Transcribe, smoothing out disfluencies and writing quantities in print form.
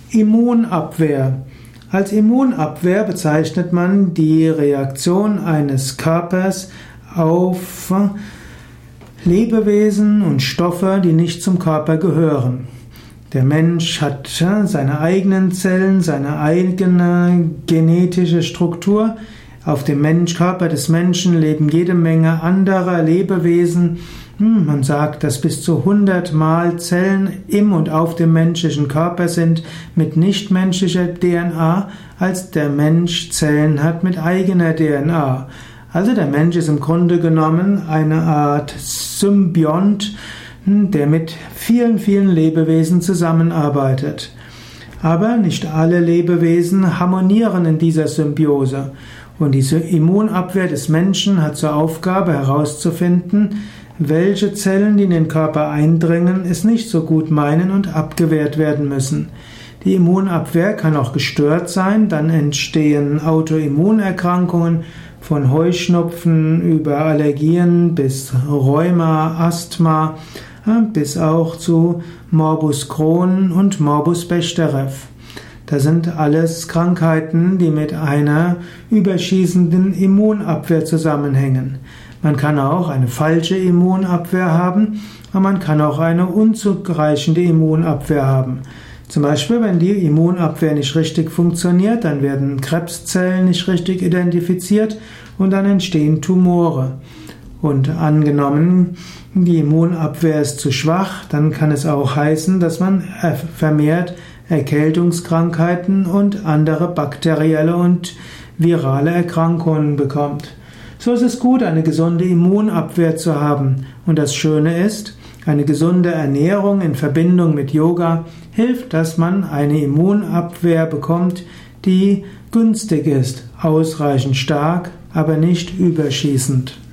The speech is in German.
Immunabwehr. Als Immunabwehr bezeichnet man die Reaktion eines Körpers auf Lebewesen und Stoffe, die nicht zum Körper gehören. Der Mensch hat seine eigenen Zellen, seine eigene genetische Struktur. Auf dem Körper des Menschen leben jede Menge anderer Lebewesen. Man sagt, dass bis zu 100 Mal Zellen im und auf dem menschlichen Körper sind mit nichtmenschlicher DNA, als der Mensch Zellen hat mit eigener DNA. Also der Mensch ist im Grunde genommen eine Art Symbiont, der mit vielen, vielen Lebewesen zusammenarbeitet. Aber nicht alle Lebewesen harmonieren in dieser Symbiose. Und diese Immunabwehr des Menschen hat zur Aufgabe herauszufinden, welche Zellen, die in den Körper eindringen, es nicht so gut meinen und abgewehrt werden müssen. Die Immunabwehr kann auch gestört sein, dann entstehen Autoimmunerkrankungen von Heuschnupfen über Allergien bis Rheuma, Asthma, bis auch zu Morbus Crohn und Morbus Bechterew. Das sind alles Krankheiten, die mit einer überschießenden Immunabwehr zusammenhängen. Man kann auch eine falsche Immunabwehr haben, aber man kann auch eine unzureichende Immunabwehr haben. Zum Beispiel, wenn die Immunabwehr nicht richtig funktioniert, dann werden Krebszellen nicht richtig identifiziert und dann entstehen Tumore. Und angenommen, die Immunabwehr ist zu schwach, dann kann es auch heißen, dass man vermehrt Erkältungskrankheiten und andere bakterielle und virale Erkrankungen bekommt. So ist es gut, eine gesunde Immunabwehr zu haben. Und das Schöne ist, eine gesunde Ernährung in Verbindung mit Yoga hilft, dass man eine Immunabwehr bekommt, die günstig ist, ausreichend stark, aber nicht überschießend.